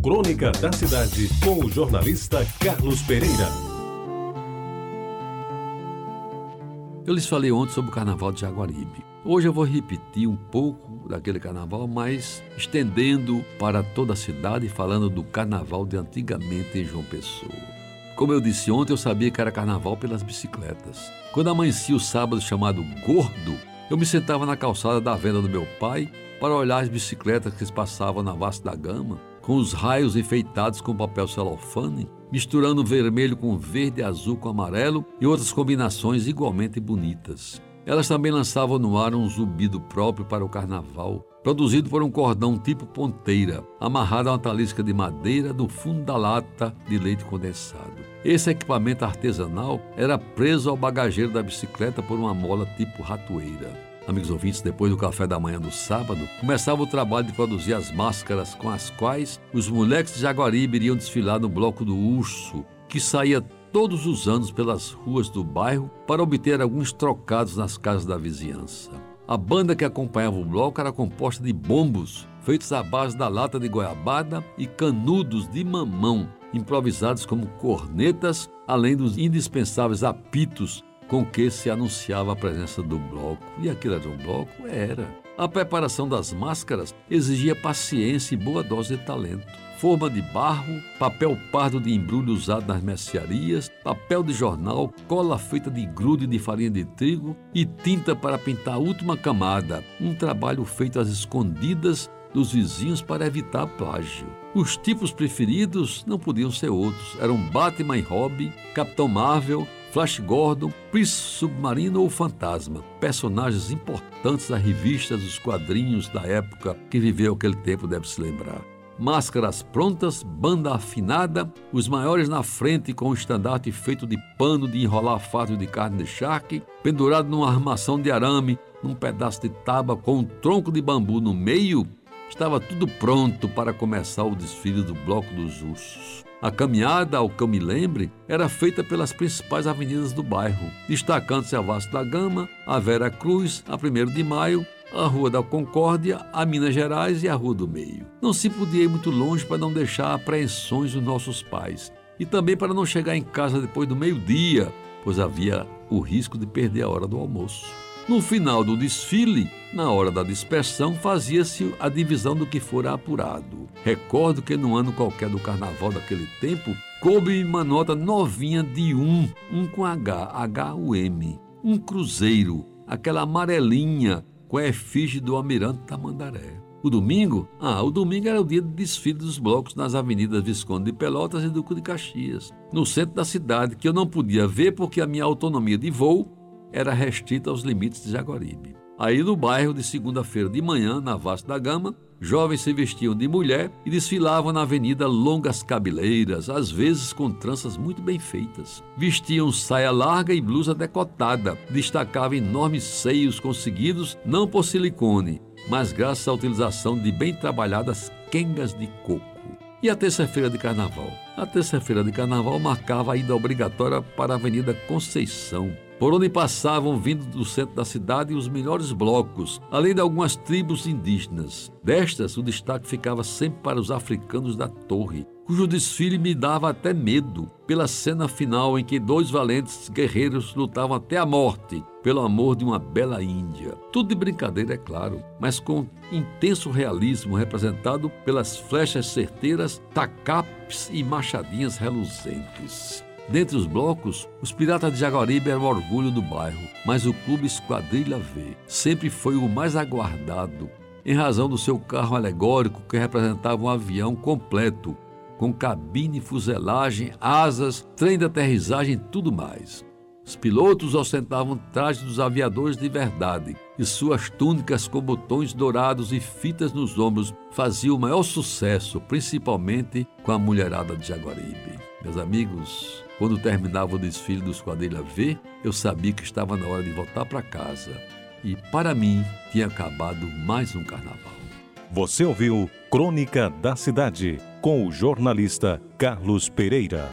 Crônica da Cidade, com o jornalista Carlos Pereira. Eu lhes falei ontem sobre o Carnaval de Jaguaribe. Hoje eu vou repetir um pouco daquele carnaval, mas estendendo para toda a cidade e falando do carnaval de antigamente em João Pessoa. Como eu disse ontem, eu sabia que era carnaval pelas bicicletas. Quando amanhecia o sábado chamado Gordo, eu me sentava na calçada da venda do meu pai para olhar as bicicletas que passavam na Vasco da Gama, com os raios enfeitados com papel celofane, misturando vermelho com verde, azul com amarelo e outras combinações igualmente bonitas. Elas também lançavam no ar um zumbido próprio para o carnaval, produzido por um cordão tipo ponteira, amarrado a uma talisca de madeira no fundo da lata de leite condensado. Esse equipamento artesanal era preso ao bagageiro da bicicleta por uma mola tipo ratoeira. Amigos ouvintes, depois do café da manhã do sábado, começava o trabalho de produzir as máscaras com as quais os moleques de Jaguaribe iriam desfilar no Bloco do Urso, que saía todos os anos pelas ruas do bairro para obter alguns trocados nas casas da vizinhança. A banda que acompanhava o bloco era composta de bombos, feitos à base da lata de goiabada e canudos de mamão, improvisados como cornetas, além dos indispensáveis apitos com que se anunciava a presença do bloco. E aquilo era um bloco? Era. A preparação das máscaras exigia paciência e boa dose de talento. Forma de barro, papel pardo de embrulho usado nas mercearias, papel de jornal, cola feita de grude de farinha de trigo e tinta para pintar a última camada. Um trabalho feito às escondidas dos vizinhos para evitar plágio. Os tipos preferidos não podiam ser outros. Eram Batman e Robin, Capitão Marvel, Flash Gordon, Príncipe Submarino ou Fantasma, personagens importantes das revistas, dos quadrinhos da época que viveu aquele tempo, deve-se lembrar. Máscaras prontas, banda afinada, os maiores na frente com o estandarte feito de pano de enrolar fardo de carne de charque, pendurado numa armação de arame, num pedaço de tábua com um tronco de bambu no meio. Estava tudo pronto para começar o desfile do Bloco dos Ursos. A caminhada, ao que eu me lembre, era feita pelas principais avenidas do bairro, destacando-se a Vasco da Gama, a Vera Cruz, a 1º de Maio, a Rua da Concórdia, a Minas Gerais e a Rua do Meio. Não se podia ir muito longe para não deixar apreensões dos nossos pais e também para não chegar em casa depois do meio-dia, pois havia o risco de perder a hora do almoço. No final do desfile, na hora da dispersão, fazia-se a divisão do que fora apurado. Recordo que no ano qualquer do carnaval daquele tempo, coube uma nota novinha de um com H-U-M, um cruzeiro, aquela amarelinha com a efígie do Almirante Tamandaré. O domingo era o dia de desfile dos blocos nas avenidas Visconde de Pelotas e Duque de Caxias, no centro da cidade, que eu não podia ver porque a minha autonomia de voo era restrita aos limites de Jaguaribe. Aí no bairro, de segunda-feira de manhã, na Vasco da Gama, jovens se vestiam de mulher e desfilavam na avenida longas cabeleiras, às vezes com tranças muito bem feitas. Vestiam saia larga e blusa decotada, destacavam enormes seios conseguidos não por silicone, mas graças à utilização de bem trabalhadas quengas de coco. E a terça-feira de carnaval? A terça-feira de carnaval marcava a ida obrigatória para a Avenida Conceição, por onde passavam, vindo do centro da cidade, os melhores blocos, além de algumas tribos indígenas. Destas, o destaque ficava sempre para os africanos da Torre, cujo desfile me dava até medo, pela cena final em que 2 valentes guerreiros lutavam até a morte pelo amor de uma bela índia. Tudo de brincadeira, é claro, mas com intenso realismo representado pelas flechas certeiras, tacapes e machadinhas reluzentes. Dentre os blocos, os Piratas de Jaguaribe eram o orgulho do bairro, mas o Clube Esquadrilha V sempre foi o mais aguardado, em razão do seu carro alegórico que representava um avião completo, com cabine, fuselagem, asas, trem de aterrissagem e tudo mais. Os pilotos ostentavam trajes dos aviadores de verdade e suas túnicas com botões dourados e fitas nos ombros faziam o maior sucesso, principalmente com a mulherada de Jaguaribe. Meus amigos, quando terminava o desfile do Esquadrilha V, eu sabia que estava na hora de voltar para casa. E, para mim, tinha acabado mais um carnaval. Você ouviu Crônica da Cidade, com o jornalista Carlos Pereira.